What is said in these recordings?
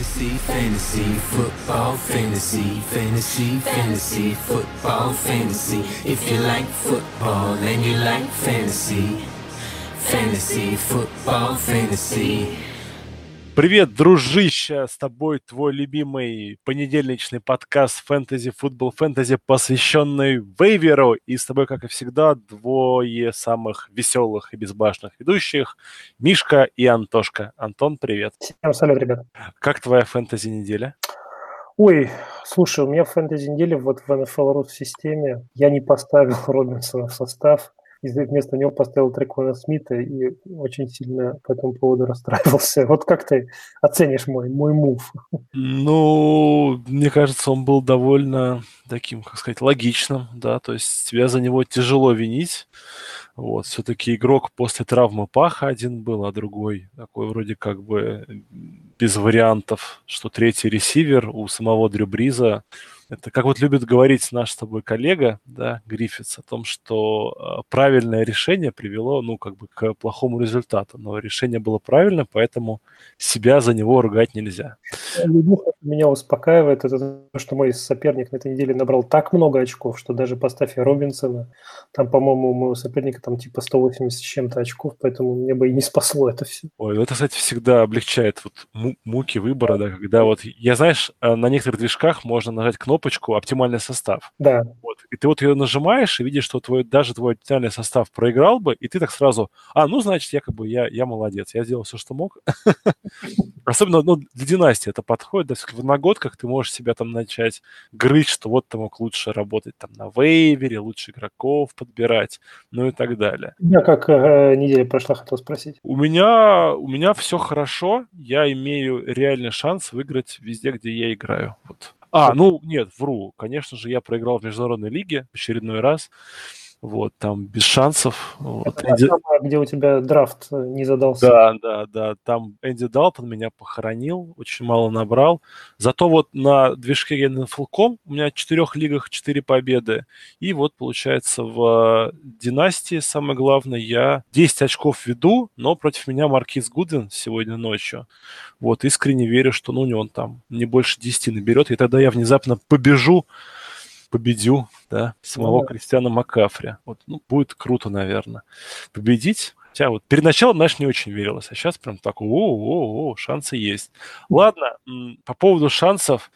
Fantasy, fantasy, football, fantasy, fantasy, fantasy, football, fantasy. If you like football and you like fantasy, fantasy, football, fantasy. Привет, дружище, с тобой твой любимый понедельничный подкаст «Фэнтези Футбол Фэнтези», посвященный вейверу. И с тобой, как и всегда, двое самых веселых и безбашенных ведущих – Мишка и Антошка. Антон, привет. Всем салют, ребят. Как твоя фэнтези-неделя? Ой, слушай, у меня в фэнтези неделе вот в NFL Root системе я не поставил Робинсона в состав, и вместо него поставил Треквона Смита и очень сильно по этому поводу расстраивался. Вот как ты оценишь мой мув? Ну, мне кажется, он был довольно таким, как сказать, логичным, да, то есть тебя за него тяжело винить. Вот, все-таки игрок после травмы паха один был, а другой такой вроде как бы без вариантов, что третий ресивер у самого Дрю Бриза. Это как вот любит говорить наш с тобой коллега, да, Гриффитс, о том, что правильное решение привело, ну, как бы к плохому результату. Но решение было правильно, поэтому себя за него ругать нельзя. Меня успокаивает это то, что мой соперник на этой неделе набрал так много очков, что даже поставь я Робинсона, там, по-моему, у моего соперника там типа 180 с чем-то очков, поэтому мне бы и не спасло это все. Ой, это, кстати, всегда облегчает вот муки выбора, да, когда вот, я, знаешь, на некоторых движках можно нажать кнопочку «Оптимальный состав». Да. Вот. И ты вот ее нажимаешь и видишь, что даже твой оптимальный состав проиграл бы, и ты так сразу, ну, значит, якобы я молодец, я сделал все, что мог. Особенно, ну, для династии это подходит, да, в одногодках ты можешь себя там начать грызть, что вот ты мог лучше работать там на вейвере, лучше игроков подбирать, ну и так далее. Я как неделя прошла, хотел спросить. У меня все хорошо, я имею реальный шанс выиграть везде, где я играю. Вот. Ну, нет, вру. Конечно же, я проиграл в международной лиге в очередной раз. Вот, там без шансов. Вот. Где у тебя драфт не задался. Да. Там Энди Далтон меня похоронил, очень мало набрал. Зато вот на движке NFL.com у меня в 4 лигах 4 победы. И вот, получается, в династии, самое главное, я 10 очков веду, но против меня Маркиз Гудвин сегодня ночью. Вот, искренне верю, что, ну, он там не больше 10 наберет, и тогда я внезапно победю, да, самого Кристиана Маккафри. Вот, ну, будет круто, наверное, победить. Хотя вот перед началом, знаешь, не очень верилось, а сейчас прям так, шансы есть. Ладно, по поводу шансов.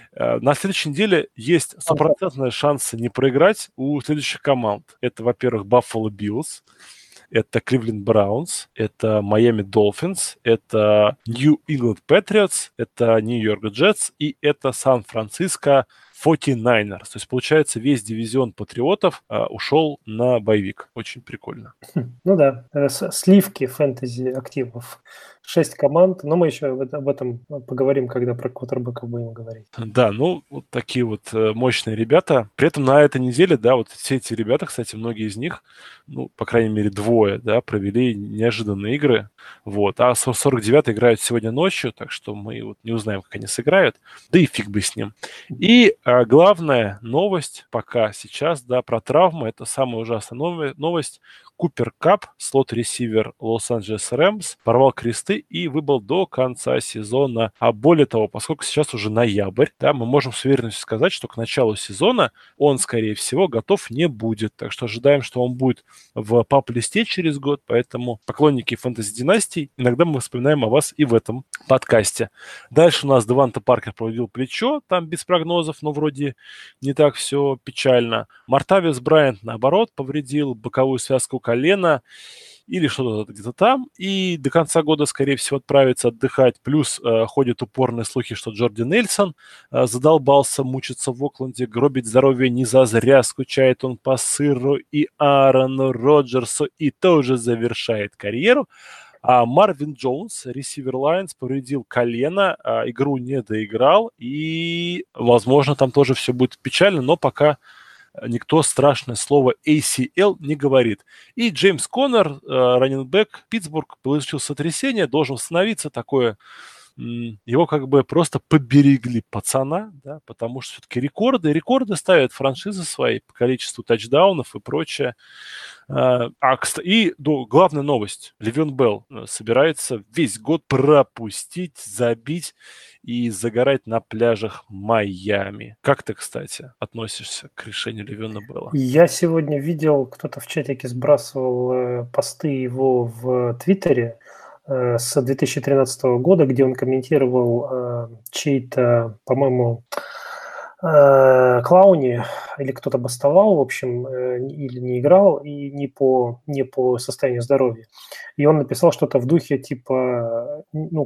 На следующей неделе есть стопроцентные шансы не проиграть у следующих команд. Это, во-первых, Buffalo Bills, это Cleveland Browns, это Miami Dolphins, это New England Patriots, это New York Jets и это Сан-Франциско 49ers. То есть, получается, весь дивизион патриотов ушел на боевик. Очень прикольно. Ну да, сливки фэнтези активов. 6 команд, но мы еще об этом поговорим, когда про квотербеков будем говорить. Да, ну, вот такие вот мощные ребята. При этом на этой неделе, да, вот все эти ребята, кстати, многие из них, ну, по крайней мере, двое, да, провели неожиданные игры. Вот. А 49 играют сегодня ночью, так что мы вот не узнаем, как они сыграют. Да и фиг бы с ним. И главная новость пока сейчас, да, про травмы, это самая ужасная новость. Купер Кап, слот-ресивер Лос-Анджелес Рэмс, порвал кресты и выбыл до конца сезона. А более того, поскольку сейчас уже ноябрь, да, мы можем с уверенностью сказать, что к началу сезона он, скорее всего, готов не будет. Так что ожидаем, что он будет в пап-листе через год, поэтому поклонники фэнтези-династий, иногда мы вспоминаем о вас и в этом подкасте. Дальше у нас Деванте Паркер повредил плечо, там без прогнозов, но вроде не так все печально. Мартавис Брайант, наоборот, повредил боковую связку колена или что-то где-то там, и до конца года, скорее всего, отправится отдыхать. Плюс ходят упорные слухи, что Джорди Нельсон задолбался мучиться в Окленде, гробить здоровье не зазря, скучает он по сыру и Аарону Роджерсу и тоже завершает карьеру. А Марвин Джонс, ресивер Лайонс, повредил колено, игру не доиграл, и, возможно, там тоже все будет печально, но пока никто страшное слово ACL не говорит. И Джеймс Коннор, раннинбэк, Питтсбург, получил сотрясение, должен восстановиться, такое его как бы просто поберегли пацана, да, потому что все-таки рекорды ставят франшизы свои по количеству тачдаунов и прочее. Главная новость. Левион Белл собирается весь год пропустить, забить и загорать на пляжах Майами. Как ты, кстати, относишься к решению Левиона Белла? Я сегодня видел, кто-то в чатике сбрасывал посты его в Твиттере с 2013 года, где он комментировал чей-то, по-моему, Клауни или кто-то бастовал, в общем, или не играл, и не по состоянию здоровья. И он написал что-то в духе типа,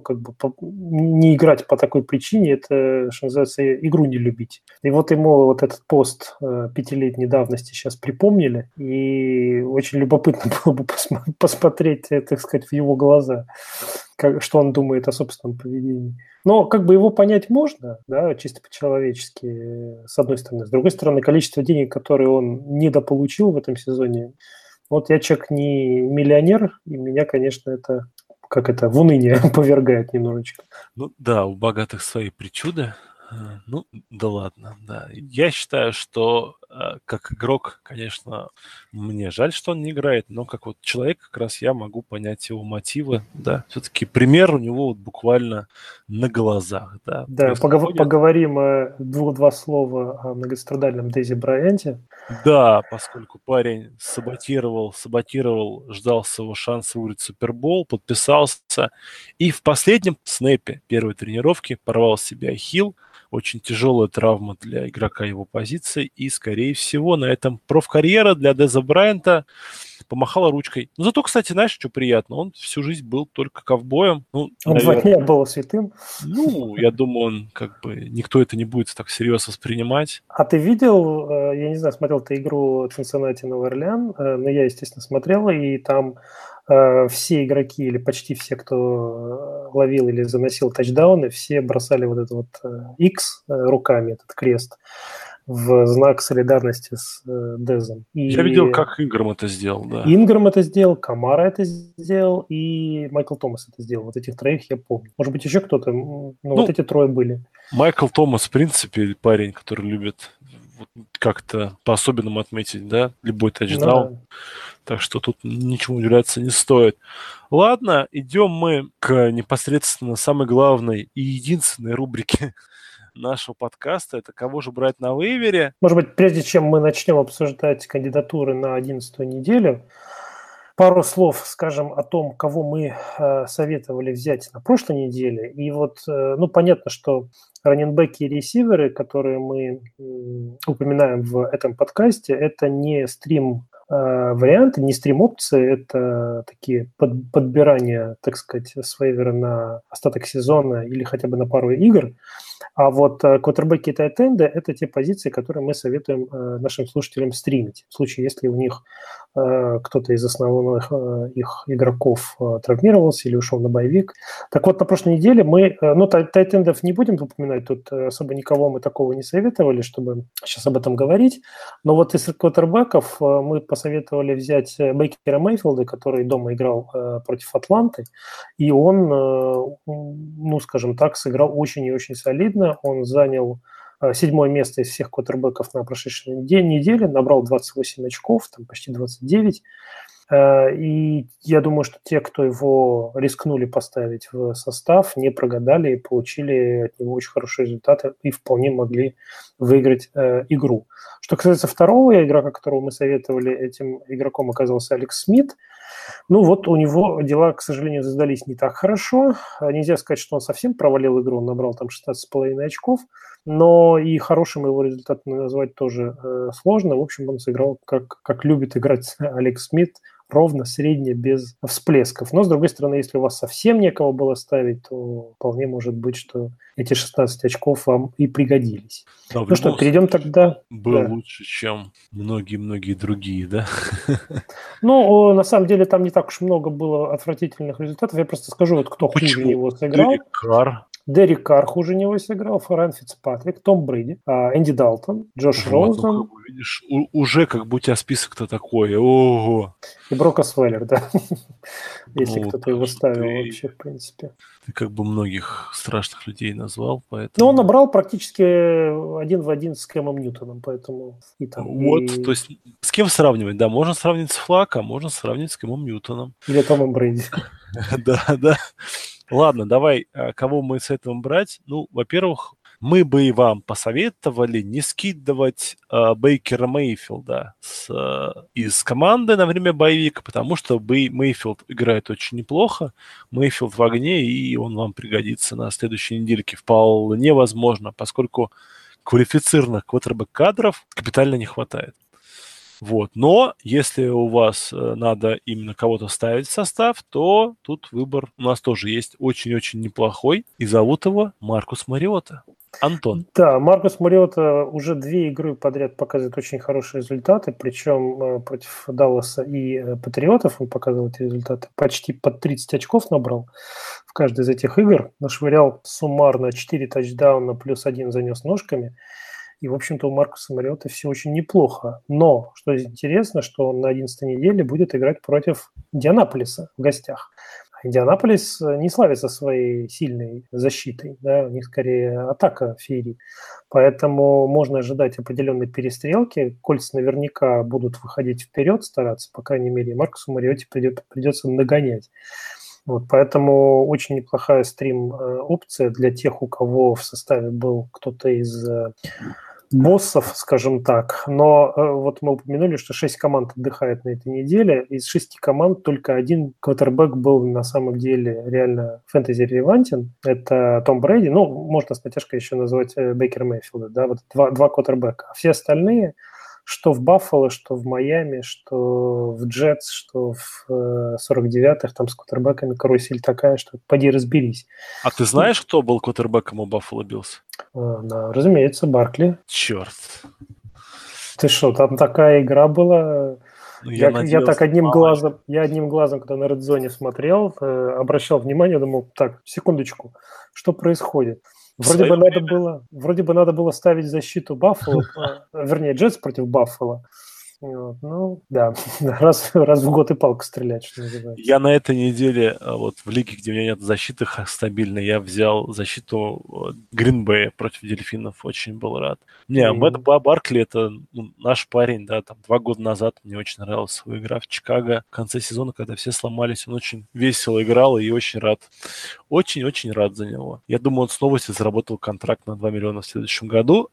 не играть по такой причине, это, что называется, игру не любить. И вот ему вот этот пост 5-летней давности сейчас припомнили, и очень любопытно было бы посмотреть, так сказать, в его глаза, что он думает о собственном поведении. Но как бы его понять можно, да, чисто по-человечески, с одной стороны. С другой стороны, количество денег, которые он недополучил в этом сезоне, вот я человек не миллионер, и меня, конечно, это в уныние повергает немножечко. Ну да, у богатых свои причуды. Ну, да ладно, да. Я считаю, что как игрок, конечно, мне жаль, что он не играет, но как вот человек как раз я могу понять его мотивы, да. Все-таки пример у него вот буквально на глазах, да. Да, поговорим два слова о многострадальном Дэзи Брайанте. Да, поскольку парень саботировал, ждал своего шанса выиграть Супербол, подписался, и в последнем снэпе первой тренировки порвал себе ахилл. Очень тяжелая травма для игрока его позиции, и, скорее всего, на этом профкарьера для Деза Брайанта помахала ручкой. Но зато, кстати, знаешь, что приятно? Он всю жизнь был только ковбоем. Ну, он наверное, был святым. Ну, я думаю, он никто это не будет так всерьез воспринимать. А ты видел, я не знаю, смотрел ты игру Cincinnati Новый Орлеан, но я, естественно, смотрел, и там все игроки или почти все, кто ловил или заносил тачдауны, все бросали вот этот вот X руками, этот крест, в знак солидарности с Дезом. Я видел, как Инграм это сделал, да. Инграм это сделал, Камара это сделал, и Майкл Томас это сделал. Вот этих троих я помню. Может быть, еще кто-то, вот эти трое были. Майкл Томас, в принципе, парень, который любит как-то по-особенному отметить, да, любой тачдаун. Да. Так что тут ничему удивляться не стоит. Ладно, идем мы к непосредственно самой главной и единственной рубрике нашего подкаста. Это кого же брать на вейвере. Может быть, прежде чем мы начнем обсуждать кандидатуры на 11-ю неделю, пару слов скажем о том, кого мы советовали взять на прошлой неделе. И вот, понятно, что раннинбеки и ресиверы, которые мы упоминаем в этом подкасте, это не стрим-варианты, не стрим-опции, это такие подбирания, так сказать, с вейвера на остаток сезона или хотя бы на пару игр. А вот квотербеки и тайтенды – это те позиции, которые мы советуем нашим слушателям стримить. В случае, если у них кто-то из основных их игроков травмировался или ушел на боевик. Так вот, на прошлой неделе мы, тайтендов не будем упоминать, тут особо никого мы такого не советовали, чтобы сейчас об этом говорить. Но вот из квотербеков мы посоветовали взять Бейкера Мейфилда, который дома играл против Атланты, и он, скажем так, сыграл очень и очень солидно. Он занял 7-е место из всех квотербеков на прошедшей неделе, набрал 28 очков, там почти 29. И я думаю, что те, кто его рискнули поставить в состав, не прогадали и получили от него очень хорошие результаты и вполне могли выиграть игру. Что касается второго игрока, которого мы советовали, этим игроком оказался Алекс Смит. У него дела, к сожалению, задались не так хорошо. Нельзя сказать, что он совсем провалил игру, он набрал там 16,5 очков, но и хорошим его результат назвать тоже сложно. В общем, он сыграл, как любит играть Алекс Смит, ровно, средне, без всплесков. Но, с другой стороны, если у вас совсем некого было ставить, то вполне может быть, что эти 16 очков вам и пригодились. Да, перейдем тогда... Был лучше, чем многие-многие другие, да? На самом деле, там не так уж много было отвратительных результатов. Я просто скажу, кто хуже его сыграл. Дерек Карр. Дерек Карр хуже него сыграл, Фаран Фицпатрик, Том Брэди, Энди Далтон, Джош Вот, ну, Роузен видишь, уже как бы у тебя список-то такой. Ого! и Брок Освейлер, да. Если Ну, кто-то так его что ставил вообще, в принципе. ты как бы многих страшных людей назвал, Но он поэтому... набрал практически 1 в 1 с Кэмом Ньютоном, поэтому и там, Вот, то есть с кем сравнивать? Да, можно сравнить с Флако, можно сравнить с Кэмом Ньютоном. или Томом Брэди. Да, да. Ладно, давай, кого мы с этого брать? Ну, во-первых, мы бы и вам посоветовали не скидывать Бейкера Мейфилда из команды на время боевика, потому что Мейфилд играет очень неплохо, Мейфилд в огне, и он вам пригодится на следующей недельке вполне возможно, поскольку квалифицированных квотербэк-кадров капитально не хватает. Вот. Но если у вас надо именно кого-то ставить в состав, то тут выбор у нас тоже есть очень-очень неплохой. И зовут его Маркус Мариота. Антон. Да, Маркус Мариота уже 2 игры подряд показывает очень хорошие результаты, причем против Далласа и Патриотов он показывал эти результаты. Почти под 30 очков набрал в каждой из этих игр. Нашвырял суммарно 4 тачдауна, плюс 1 занес ножками. И, в общем-то, у Маркуса Мариоты все очень неплохо. Но, что интересно, что он на 11-й неделе будет играть против Индианаполиса в гостях. А Индианаполис не славится своей сильной защитой. Да? У них скорее атака феерит. Поэтому можно ожидать определенной перестрелки. Кольцы наверняка будут выходить вперед, стараться, по крайней мере. И Маркусу Мариоте придется нагонять. Вот, поэтому очень неплохая стрим-опция для тех, у кого в составе был кто-то из боссов, скажем так. Но вот мы упомянули, что 6 команд отдыхает на этой неделе. Из 6 команд только один квотербек был на самом деле реально фэнтези-релевантен. Это Том Брэди. Ну, можно с натяжкой еще назвать Бейкера Мейфилда. Да? Вот два квотербека. А все остальные, что в Баффало, что в Майами, что в Джетс, что в 49-х, там с квотербеками карусель такая, что поди разберись. А ты знаешь, кто был квотербеком у Баффало Биллс? Да, разумеется, Баркли. Черт. Ты что, там такая игра была? Ну, Я так одним глазом, когда на Red Zone смотрел, обращал внимание, думал, так, секундочку, что происходит? Вроде бы надо было ставить защиту Баффало, вернее, Джетс против Баффало. Вот, ну, да, раз в год и палка стрелять, что называется. Я на этой неделе, вот в лиге, где у меня нет защиты стабильной, я взял защиту Гринбэя против Дельфинов, очень был рад. Не, Мэтт Баркли, это наш парень, да, там 2 года назад мне очень нравилась его игра в Чикаго. В конце сезона, когда все сломались, он очень весело играл и очень рад. Очень-очень рад за него. Я думаю, он снова себе заработал контракт на 2 миллиона в следующем году.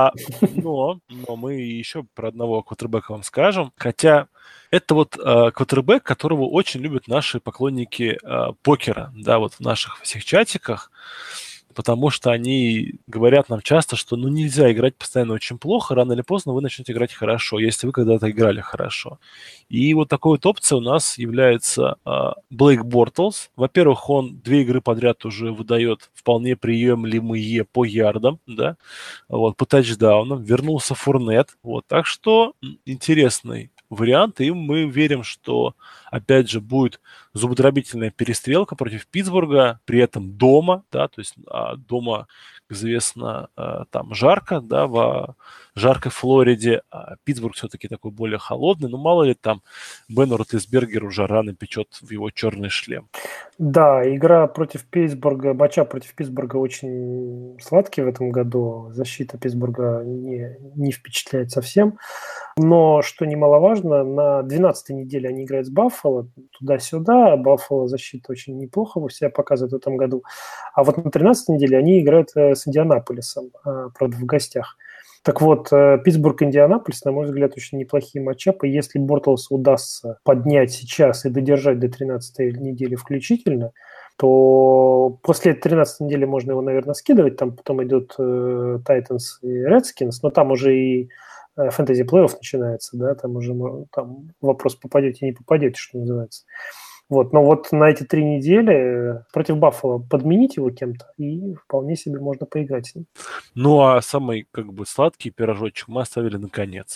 Но мы еще про одного квотербека вам скажем. Хотя это вот квотербек, которого очень любят наши поклонники покера, да, вот в наших всех чатиках, потому что они говорят нам часто, что нельзя играть постоянно очень плохо, рано или поздно вы начнете играть хорошо, если вы когда-то играли хорошо. И вот такой вот опцией у нас является Блейк Бортлс. Во-первых, он 2 игры подряд уже выдает вполне приемлемые по ярдам, да, вот, по тачдаунам. Вернулся Фурнет, вот, так что интересный вариант, и мы верим, что, опять же, будет зубодробительная перестрелка против Питтсбурга, при этом дома, да, то есть дома, как известно, там жарко, да, в жаркой Флориде, а Питтсбург все-таки такой более холодный, но мало ли там Бен Ротлисбергер уже рано печет в его черный шлем. Да, игра против Питтсбурга, матча против Питтсбурга очень сладкий в этом году. Защита Питтсбурга не впечатляет совсем. Но, что немаловажно, на 12-й неделе они играют с Баффало, туда-сюда. Баффало защита очень неплохо себя показывает в этом году. А вот на 13-й неделе они играют с Индианаполисом, правда, в гостях. Так вот, Питтсбург-Индианаполис, на мой взгляд, очень неплохие матчапы. Если Бортлсу удастся поднять сейчас и додержать до 13-й недели включительно, то после 13-й недели можно его, наверное, скидывать. Там потом идет Тайтанс и Редскинс, но там уже и фэнтези-плей-офф начинается, да, там уже там вопрос, попадете, не попадете, что называется. Вот, но вот на эти 3 недели против Баффало подменить его кем-то, и вполне себе можно поиграть с ним. Ну, а самый, как бы, сладкий пирожочек мы оставили наконец.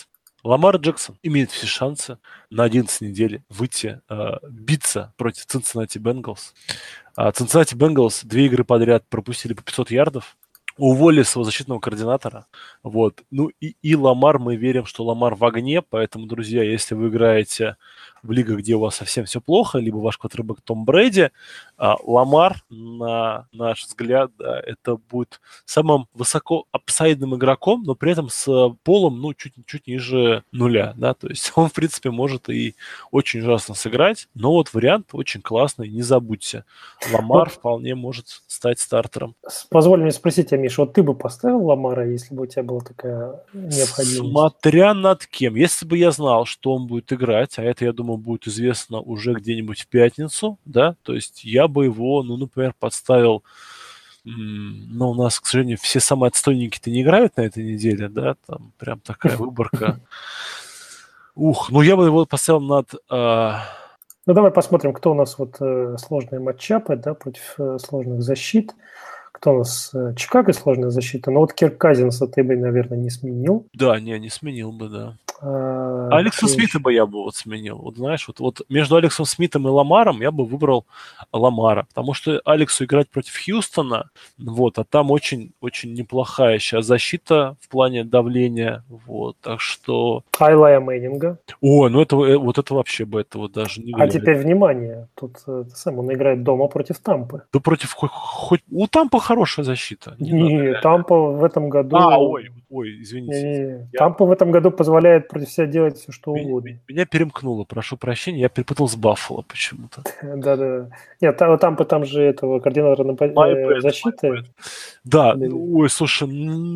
Ламар Джексон имеет все шансы на 11 неделе выйти, биться против Cincinnati Bengals. Cincinnati Bengals 2 игры подряд пропустили по 500 ярдов, уволили своего защитного координатора. Вот. Ну и Ламар, мы верим, что Ламар в огне, поэтому, друзья, если вы играете в лигах, где у вас совсем все плохо, либо ваш квотербек Том Брэди, Ламар, на наш взгляд, да, это будет самым высоко апсайдным игроком, но при этом с полом, ну, чуть ниже нуля, да, то есть он, в принципе, может и очень ужасно сыграть, но вот вариант очень классный, не забудьте. Ламар вполне может стать стартером. Позволь мне спросить тебя, Миша, вот ты бы поставил Ламара, если бы у тебя была такая необходимость? Смотря над кем. Если бы я знал, что он будет играть, а это, я думаю, будет известно уже где-нибудь в пятницу, да, то есть я бы его, ну, например, подставил, но у нас, к сожалению, все самые отстойники-то не играют на этой неделе, да, там прям такая выборка. Ну я бы его поставил над... Ну, давай посмотрим, кто у нас вот сложные матчапы, да, против сложных защит. Кто у нас? Чикаго сложная защита. Но вот Кирк Казинса ты бы, наверное, не сменил. Да, не сменил бы, да. Алекса Смита бы я бы вот сменил. Вот знаешь, вот между Алексом Смитом и Ламаром я бы выбрал Ламара, потому что Алексу играть против Хьюстона, вот, а там очень неплохая сейчас защита в плане давления, вот, так что... Айлая Мэннинга. Ну это вообще бы этого даже не глядя. А теперь внимание, тут сам он играет дома против Тампы. Да против хоть у Тампы хорошая защита. Не, Тампа в этом году... извините. Тампа в этом году позволяет против себя делать все, что угодно. Меня перемкнуло, прошу прощения, я перепутал с Баффало почему-то. Да. Нет, Тампа там же этого координатора защиты. Да, слушай,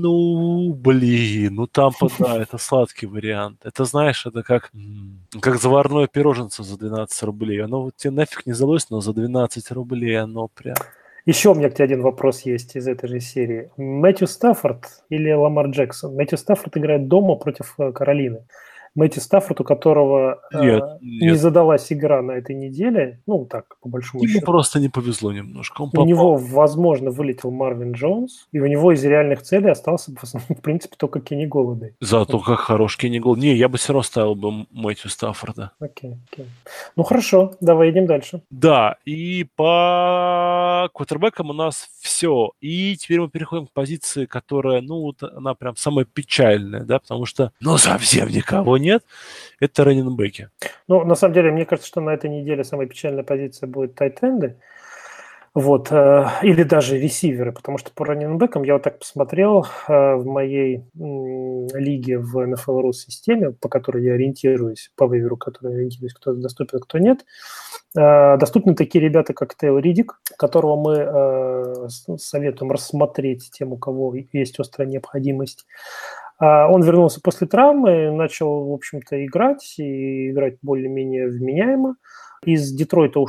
Тампа, да, это сладкий вариант. Это, знаешь, это как заварное пироженце за 12 рублей. Оно вот тебе нафиг не залось, но за 12 рублей оно прям... Еще у меня к тебе один вопрос есть из этой же серии. Мэтью Стаффорд или Ламар Джексон? Мэтью Стаффорд играет дома против Каролины. Мэтью Стаффорд, у которого не задалась игра на этой неделе, ну так, по большому счету. Ему просто не повезло немножко. У него, возможно, вылетел Марвин Джонс, и у него из реальных целей остался, в принципе, только Кенни Голладей. Зато как хорош Кенни Голладей. Не, я бы все равно ставил бы Мэтью Стаффорда. Окей. Ну хорошо, давай идем дальше. Да, и по квотербекам у нас все. И теперь мы переходим к позиции, которая, она прям самая печальная, да, потому что, совсем никого нет. Это раннинбеки. Ну, на самом деле, мне кажется, что на этой неделе самая печальная позиция будет тайтенды. Вот, или даже ресиверы, потому что по раннинбекам я вот так посмотрел в моей лиге в NFL.ru системе, по которой я ориентируюсь, по вейверу, который я ориентируюсь, кто доступен, кто нет. Доступны такие ребята, как Тео Ридик, которого мы советуем рассмотреть тем, у кого есть острая необходимость. Он вернулся после травмы, начал, в общем-то, играть, и играть более-менее вменяемо. Из Детройта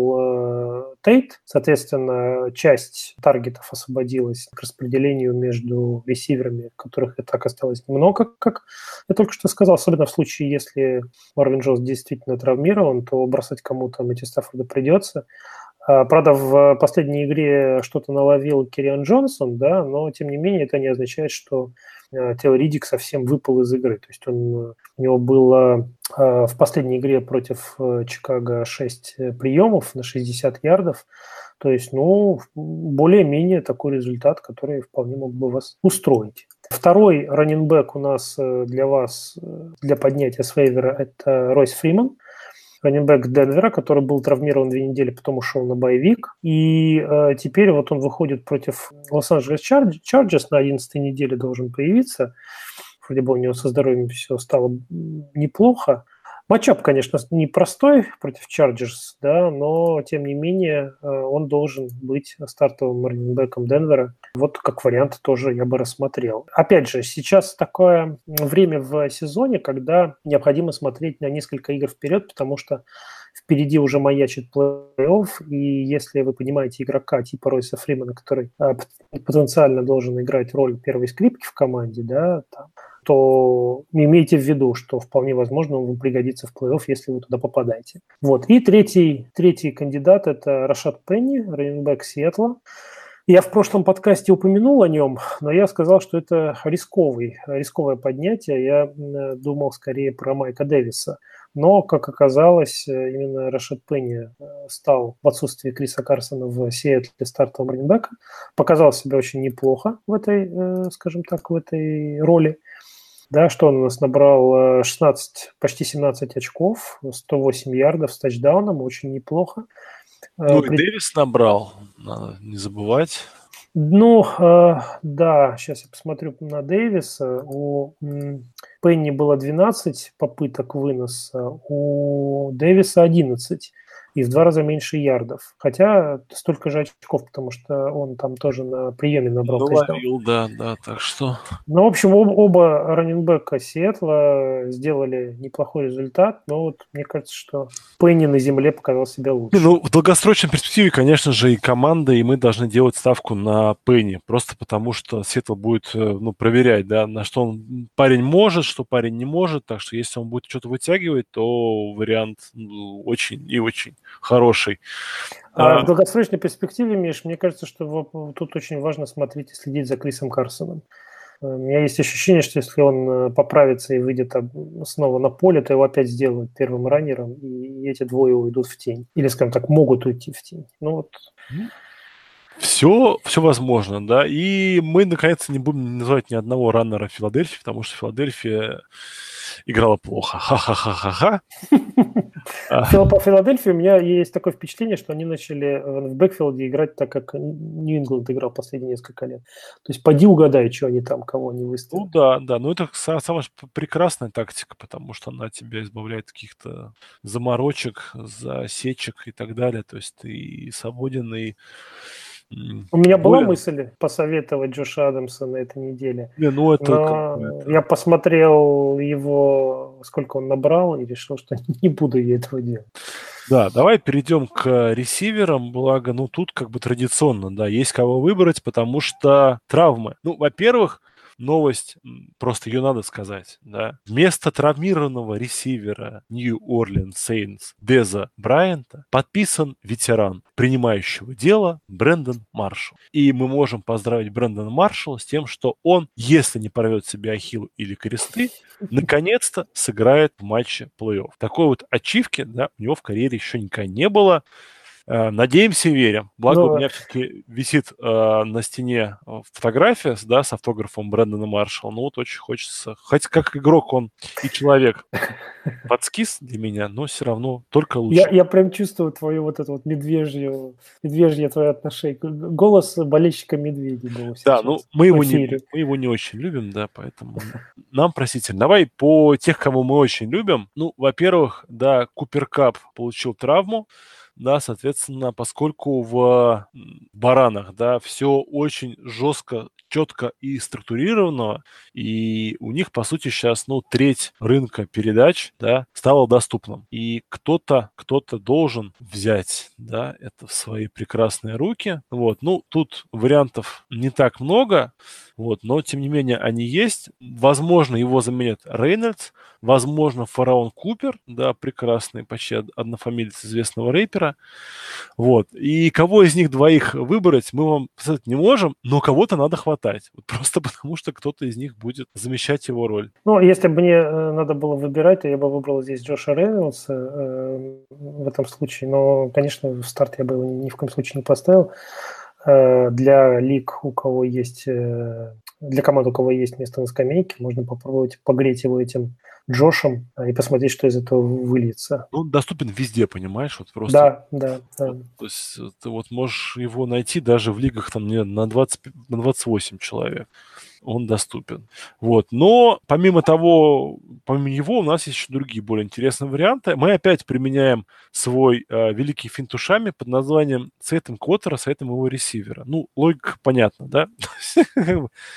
ушел Тейт, соответственно, часть таргетов освободилась к распределению между ресиверами, которых и так осталось немного, как я только что сказал, особенно в случае, если Марвин Джонс действительно травмирован, то бросать кому-то Мэтью Стаффорда придется. Правда, в последней игре что-то наловил Керриан Джонсон, да, но, тем не менее, это не означает, что Тео Ридик совсем выпал из игры. То есть у него было в последней игре против Чикаго 6 приемов на 60 ярдов. То есть, более-менее такой результат, который вполне мог бы вас устроить. Второй раннинбэк у нас для вас, для поднятия с вейвера, это Ройс Фриман, раннинбэк Денвера, который был травмирован 2 недели, потом ушел на боевик. И теперь вот он выходит против Лос-Анджелес Чарджерс, на 11-й неделе должен появиться. Вроде бы у него со здоровьем все стало неплохо. Матчап, конечно, непростой против Чарджерс, да, но, тем не менее, он должен быть стартовым раннинбэком Денвера. Вот как вариант тоже я бы рассмотрел. Опять же, сейчас такое время в сезоне, когда необходимо смотреть на несколько игр вперед, потому что впереди уже маячит плей-офф, и если вы понимаете игрока типа Ройса Фримана, который потенциально должен играть роль первой скрипки в команде, да, то имейте в виду, что вполне возможно он вам пригодится в плей-офф, если вы туда попадаете. Вот. И третий кандидат – это Рашад Пенни, раннинбэк Сиэтла. Я в прошлом подкасте упомянул о нем, но я сказал, что это рисковое поднятие. Я думал скорее про Майка Дэвиса. Но, как оказалось, именно Рашад Пенни стал в отсутствии Криса Карсона в Сиэтле стартовым раннинбэком. Показал себя очень неплохо в этой, скажем так, в этой роли. Да, что он у нас набрал 16, почти 17 очков, 108 ярдов с тачдауном, очень неплохо. Ну и Дэвис набрал, надо не забывать. Ну, да, сейчас я посмотрю на Дэвиса. У Пенни было 12 попыток выноса, у Дэвиса 11. И в 2 раза меньше ярдов. Хотя столько же очков, потому что он там тоже на приеме набрал тачдаун. Ловил, да, так что... Ну, в общем, оба раннинбека Сиэтла сделали неплохой результат, но вот мне кажется, что Пенни на земле показал себя лучше. Ну, в долгосрочной перспективе, конечно же, и команда, и мы должны делать ставку на Пенни, просто потому что Сиэтл будет, проверять, да, на что парень может, что парень не может, так что если он будет что-то вытягивать, то вариант очень и очень хороший. А в долгосрочной перспективе, Миш, мне кажется, что тут очень важно смотреть и следить за Крисом Карсоном. У меня есть ощущение, что если он поправится и выйдет снова на поле, то его опять сделают первым раннером, и эти двое уйдут в тень. Или, скажем так, могут уйти в тень. Ну вот. Все возможно, да. И мы, наконец, не будем называть ни одного раннера Филадельфии, потому что Филадельфия играла плохо. Ха-ха-ха-ха-ха. По Филадельфии у меня есть такое впечатление, что они начали в бэкфилде играть так, как Нью-Ингланд играл последние несколько лет. То есть поди угадай, что они там, кого они выставили. Ну да. Ну это самая прекрасная тактика, потому что она тебя избавляет от каких-то заморочек, засечек и так далее. То есть ты свободен и... У меня была мысль посоветовать Джоша Адамса на этой неделе. Ну это но я посмотрел его, сколько он набрал, и решил, что не буду я этого делать. Да, давай перейдем к ресиверам, благо, тут как бы традиционно, да, есть кого выбрать, потому что травмы. Во-первых, новость, просто ее надо сказать, да. Вместо травмированного ресивера New Orleans Saints Деза Брайанта подписан ветеран принимающего дело Брэндон Маршалл. И мы можем поздравить Брэндона Маршалла с тем, что он, если не порвет себе ахилл или кресты, наконец-то сыграет в матче плей-офф. Такой вот ачивки, да, у него в карьере еще никогда не было. Надеемся и верим. Благо, у меня все-таки висит на стене фотография, да, с автографом Брэндона Маршалла. Очень хочется. Хотя как игрок он и человек подскис для меня, но все равно только лучше. Я прям чувствую твою вот эту вот медвежье твое отношение. Голос болельщика медведей был сейчас. Да, мы его не очень любим, да, поэтому нам простительно. Давай по тех, кого мы очень любим. Во-первых, да, Купер Кап получил травму. Да, соответственно, поскольку в баранах, да, все очень жестко, четко и структурировано, и у них, по сути, сейчас, треть рынка передач, да, стало доступным. И кто-то должен взять, да, это в свои прекрасные руки. Тут вариантов не так много, но, тем не менее, они есть. Возможно, его заменят Рейнольдс, возможно, Фараон Купер, да, прекрасный, почти однофамилец известного рэпера. И кого из них двоих выбрать, мы вам сказать не можем, но кого-то надо хватать. Просто потому, что кто-то из них будет замещать его роль. Если бы мне надо было выбирать, то я бы выбрал здесь Джоша Рейнольдса в этом случае. Но, конечно, в старт я бы его ни в коем случае не поставил. Для лиг, для команд, у кого есть место на скамейке, можно попробовать погреть его этим Джошем и посмотреть, что из этого выльется. Он доступен везде, понимаешь? Просто. Да. То есть ты можешь его найти даже в лигах там на 28 человек. Он доступен. Но помимо него у нас есть еще другие более интересные варианты. Мы опять применяем свой великий финт ушами под названием «Сайтом квотера, сайтом его ресивера». Логика понятна, да?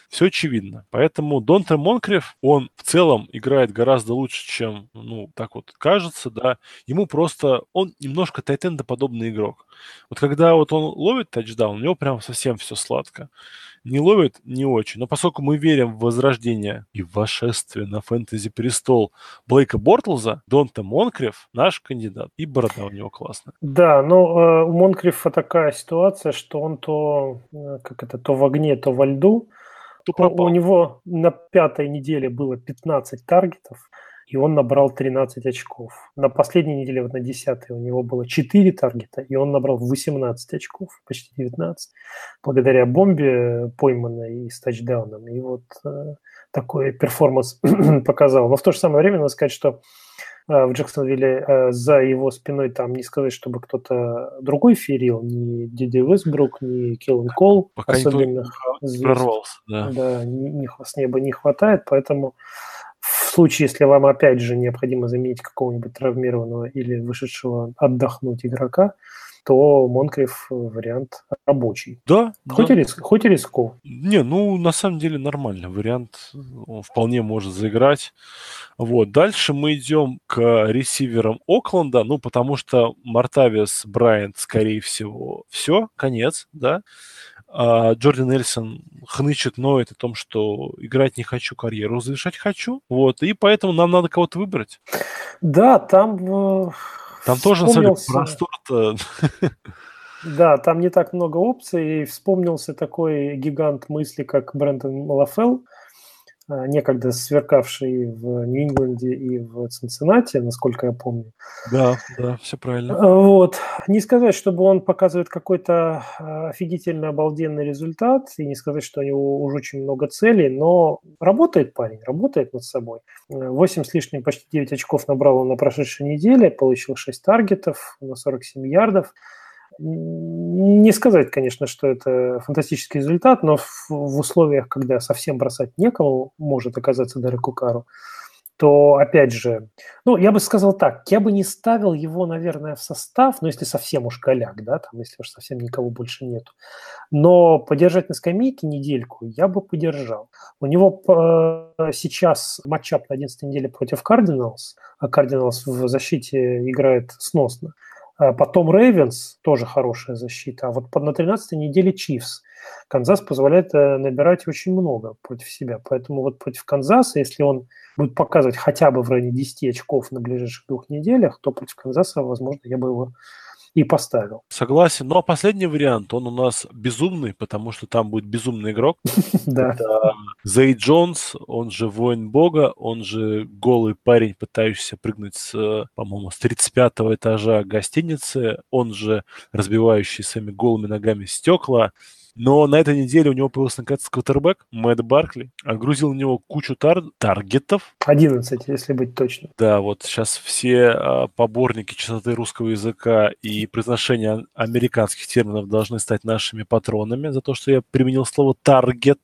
Все очевидно. Поэтому Донте Монкриф, он в целом играет гораздо лучше, чем, так вот кажется, да. Ему просто, он немножко тайтендоподобный игрок. Вот когда вот он ловит тачдаун, у него прям совсем все сладко. Не ловит не очень. Но поскольку мы верим в возрождение и в восшествие на фэнтези-престол Блейка Бортлза, Донте Монкриф наш кандидат. И борода у него классная. Да, но у Монкрифа такая ситуация, что он то в огне, то во льду. То У пропал. него на 5-й неделе было 15 таргетов, и он набрал 13 очков. На последней неделе, вот на 10-й, у него было 4 таргета, и он набрал 18 очков, почти 19, благодаря бомбе пойманной и с тачдауном. И вот такой перформанс показал. Но в то же самое время надо сказать, что в Джексонвилле за его спиной там не сказать, чтобы кто-то другой ферил, ни Диди Уэстбрук, ни Келлен Кол Пока особенных не звезд. прорвался, да. Да, с неба не хватает, поэтому в случае, если вам опять же необходимо заменить какого-нибудь травмированного или вышедшего отдохнуть игрока, то Монкриф вариант рабочий. Да, Хоть и рисков. Не, на самом деле нормальный вариант. Он вполне может заиграть. Вот. Дальше мы идем к ресиверам Окленда, потому что Мартавиас Брайант, скорее всего, все, конец, да. А Джордан Эллисон хнычет, ноет о том, что играть не хочу, карьеру завершать хочу. Вот. И поэтому нам надо кого-то выбрать. Да, там тоже, на самом деле, простор-то... Да, там не так много опций. И вспомнился такой гигант мысли, как Брэндон Лафелл, некогда сверкавший в Нью-Ингланде и в Цинциннати, насколько я помню. Да, все правильно. Вот. Не сказать, чтобы он показывает какой-то офигительно обалденный результат, и не сказать, что у него уже очень много целей, но работает парень, работает над собой. 8 с лишним, почти 9 очков набрал он на прошедшей неделе, получил 6 таргетов на 47 ярдов. Не сказать, конечно, что это фантастический результат, но в условиях, когда совсем бросать некому, может оказаться Дереку Карру, то, опять же, я бы сказал так, я бы не ставил его, наверное, в состав, если совсем уж голяк, да, там, если уж совсем никого больше нету. Но подержать на скамейке недельку я бы подержал. У него сейчас матчап на 11 неделе против Кардиналс, а Кардиналс в защите играет сносно. Потом Рейвенс, тоже хорошая защита. А вот на 13-й неделе Чифс. Канзас позволяет набирать очень много против себя. Поэтому вот против Канзаса, если он будет показывать хотя бы в районе 10 очков на ближайших 2 неделях, то против Канзаса, возможно, я бы его и поставил. Согласен. А последний вариант, он у нас безумный, потому что там будет безумный игрок. Да. Это Зей Джонс, он же воин бога, он же голый парень, пытающийся прыгнуть по-моему, с 35-го этажа гостиницы, он же разбивающий своими голыми ногами стекла. Но на этой неделе у него появился, наконец, квотербек Мэтт Баркли, отгрузил на него кучу таргетов. 11, если быть точным. Да, вот сейчас все поборники чистоты русского языка и произношения американских терминов должны стать нашими патронами за то, что я применил слово «таргет».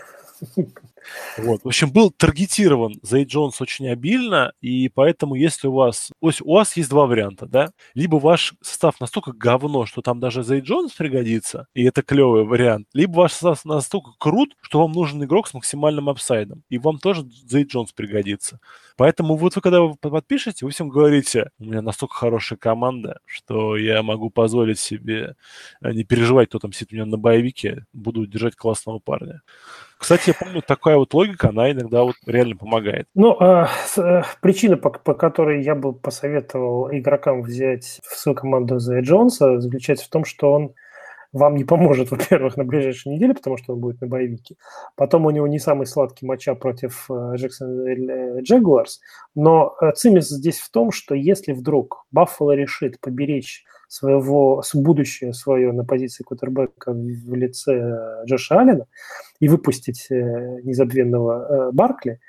Вот. В общем, был таргетирован Зей Джонс очень обильно, и поэтому если у вас есть два варианта, да, либо ваш состав настолько говно, что там даже Зей Джонс пригодится, и это клевый вариант, либо ваш состав настолько крут, что вам нужен игрок с максимальным апсайдом, и вам тоже Зей Джонс пригодится. Поэтому вот вы, когда вы подпишете, вы всем говорите, у меня настолько хорошая команда, что я могу позволить себе не переживать, кто там сидит у меня на боевике, буду держать классного парня. Кстати, я помню, такая вот логика, она иногда вот реально помогает. Причина, по которой я бы посоветовал игрокам взять в свою команду Зея Джонса, заключается в том, что он вам не поможет, во-первых, на ближайшей неделе, потому что он будет на боевике. Потом у него не самый сладкий матчап против Джексонвилл Джагуарс. Но цимис здесь в том, что если вдруг Баффало решит поберечь будущее свое на позиции квотербека в лице Джоша Аллена и выпустить незабвенного Баркли,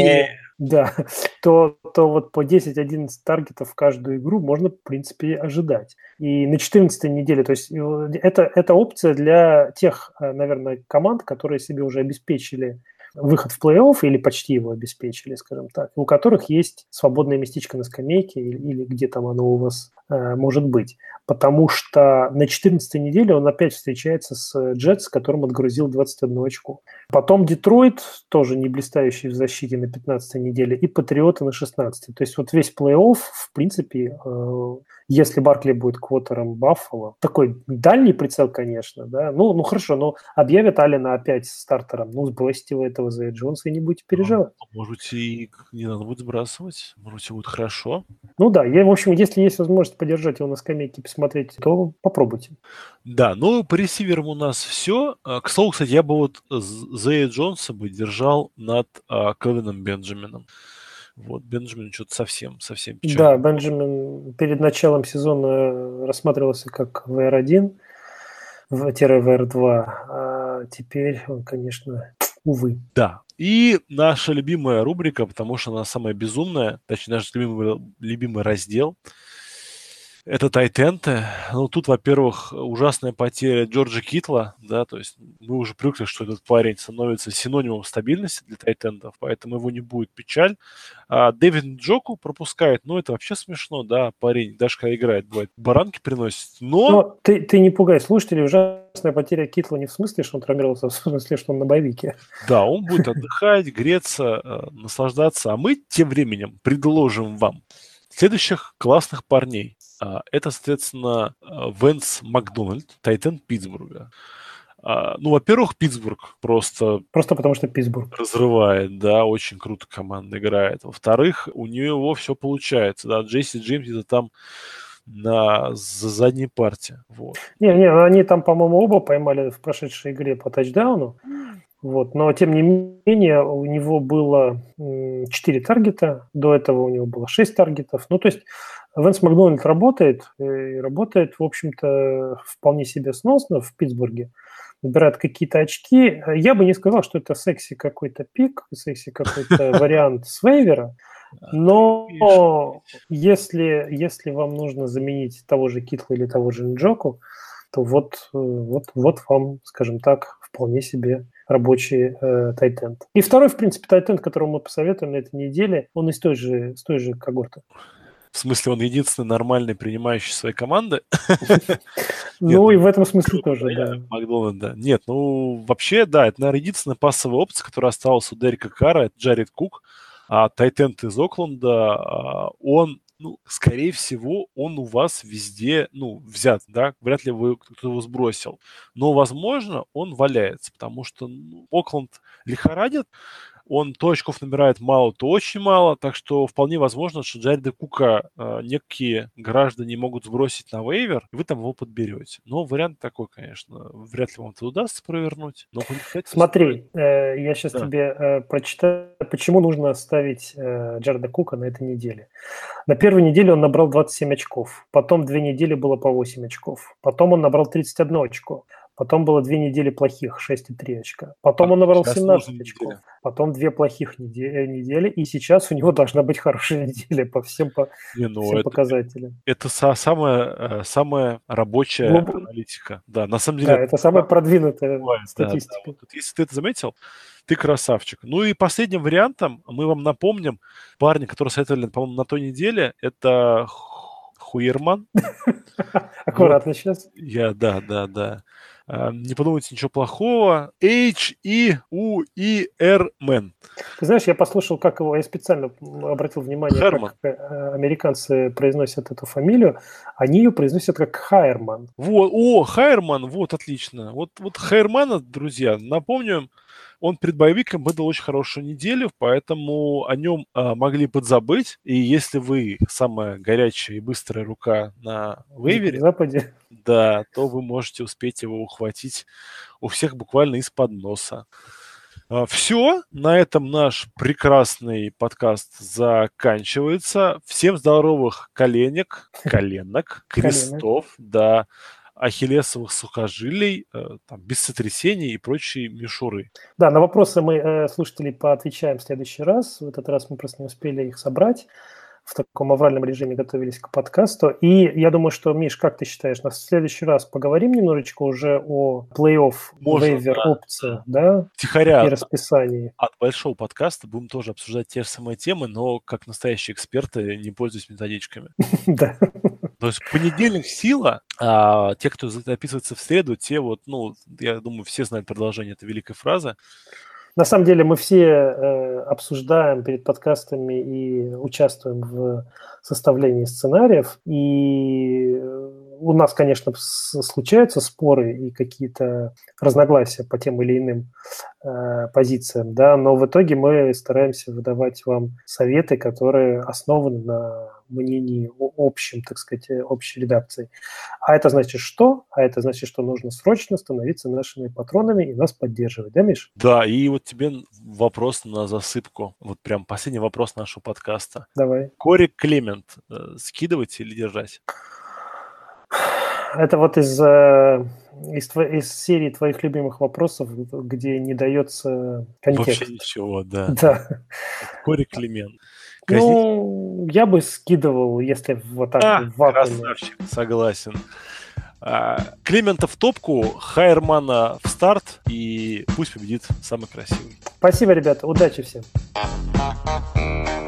то вот по 10-11 таргетов в каждую игру можно, в принципе, ожидать. И на 14-й неделе, то есть это опция для тех, наверное, команд, которые себе уже обеспечили выход в плей-офф или почти его обеспечили, скажем так, у которых есть свободное местечко на скамейке или где там оно у вас может быть. Потому что на 14-й неделе он опять встречается с Джетс, которым отгрузил 21 очко. Потом Детройт, тоже не блистающий в защите на 15-й неделе, и Патриоты на 16-й. То есть вот весь плей-офф, в принципе, если Баркли будет квотером Баффало, такой дальний прицел, конечно, да, ну хорошо, но объявят Аллена опять стартером, сбросьте вы этого Зая Джонса и не будете переживать. Может быть, и не надо будет сбрасывать, может быть, будет хорошо. Ну да, в общем, если есть возможность подержать его на скамейке и посмотреть, то попробуйте. Да, по ресиверам у нас все. К слову, кстати, я бы вот Зая Джонса бы держал над Келвином Бенджамином. Вот, Бенджамин что-то совсем печально. Да, Бенджамин перед началом сезона рассматривался как VR1, VR2, а теперь он, конечно, увы. Да, и наша любимая рубрика, потому что она самая безумная, точнее, наш любимый раздел, это тайтенты. Тут, во-первых, ужасная потеря Джорджа Китла, да, то есть мы уже привыкли, что этот парень становится синонимом стабильности для тайтендов, поэтому его не будет печаль. Дэвид Нджоку пропускает, это вообще смешно, да, парень, даже когда играет, бывает, баранки приносит, но ты не пугай слушателей, ужасная потеря Китла не в смысле, что он травмировался, а в смысле, что он на боевике. Да, он будет отдыхать, греться, наслаждаться, а мы тем временем предложим вам следующих классных парней. Это, соответственно, Венс Макдональд, тайтенд Питтсбурга. Во-первых, Питтсбург просто потому что Питтсбург разрывает, да, очень круто команда играет. Во-вторых, у него все получается, да, Джесси Джеймс где-то там за задней партии. Вот. Не, они там, по-моему, оба поймали в прошедшей игре по тачдауну. Вот. Но, тем не менее, у него было 4 таргета, до этого у него было 6 таргетов. То есть Венс Макдональд работает, в общем-то, вполне себе сносно в Питтсбурге. Набирает какие-то очки. Я бы не сказал, что это секси какой-то пик, секси какой-то вариант с вейвера. Но если вам нужно заменить того же Китла или того же Нджоку, то вот вам, скажем так, вполне себе рабочий тайтенд. И второй, в принципе, тайтенд, которого мы посоветуем на этой неделе, он из той же когорты. В смысле, он единственный нормальный принимающий своей команды? И в этом смысле тоже, да. Макдональда. Нет, вообще, да, это, наверное, единственная пассовая опция, которая осталась у Дерека Карра, это Джаред Кук, тайтенд из Окленда. Он, скорее всего, он у вас везде, взят, да, вряд ли кто-то его сбросил. Но, возможно, он валяется, потому что Окленд лихорадит, он то очков набирает мало, то очень мало, так что вполне возможно, что Джареда Кука некие граждане могут сбросить на вейвер, и вы там его подберете. Но вариант такой, конечно, вряд ли вам это удастся провернуть. Но смотри, я сейчас тебе прочитаю, почему нужно ставить Джареда Кука на этой неделе. На первой неделе он набрал 27 очков, потом 2 недели было по 8 очков, потом он набрал 31 очко. Потом было 2 недели плохих, 6,3 очка. Потом он набрал 17 очков. Потом 2 плохих недели. И сейчас у него должна быть хорошая неделя по всем показателям. Это самая рабочая аналитика. Да, на самом деле. Да, это самая продвинутая статистика. Да. Вот, если ты это заметил, ты красавчик. И последним вариантом мы вам напомним парня, который советовали, по-моему, на той неделе, это Хуерман. Аккуратно сейчас. Да. Не подумайте ничего плохого. H-E-U-E-R-Man. Ты знаешь, я послушал, как его, я специально обратил внимание, Хайерман. Как американцы произносят эту фамилию. Они ее произносят как Хайерман. Хайерман, отлично. Вот Хайермана, друзья, напомню, он перед боевиком выдал очень хорошую неделю, поэтому о нем могли подзабыть. И если вы самая горячая и быстрая рука на вейвере, Западе, да, то вы можете успеть его ухватить у всех буквально из-под носа. Все, на этом наш прекрасный подкаст заканчивается. Всем здоровых коленок, крестов, да, ахиллесовых сухожилий, без сотрясений и прочей мишуры. Да, на вопросы мы, слушатели, поотвечаем в следующий раз. В этот раз мы просто не успели их собрать. в таком авральном режиме готовились к подкасту. И я думаю, что, Миш, как ты считаешь, на следующий раз поговорим немножечко уже о плей-офф, вейвер опции, да? Тихоря И расписании. От большого подкаста будем тоже обсуждать те же самые темы, но как настоящие эксперты, не пользуясь методичками. Да. То есть понедельник сила, а те, кто записывается в среду, те вот, ну, я думаю, все знают продолжение этой великой фразы. На самом деле мы все обсуждаем перед подкастами и участвуем в составлении сценариев. И у нас, конечно, случаются споры и какие-то разногласия по тем или иным позициям, да, но в итоге мы стараемся выдавать вам советы, которые основаны на мнении общем, так сказать, общей редакции. А это значит что? А это значит, что нужно срочно становиться нашими патронами и нас поддерживать, да, Миш? Да, и вот тебе вопрос на засыпку. Вот прям последний вопрос нашего подкаста. Давай. Кори Клемент скидывать или держать? Это вот из серии твоих любимых вопросов, где не дается контекст. Вообще ничего, да. Да. Кори Клемент. Ну, я бы скидывал, если вот так в вакууме. Красавчик, согласен. Клемента в топку, Хайермана в старт, и пусть победит самый красивый. Спасибо, ребята, удачи всем.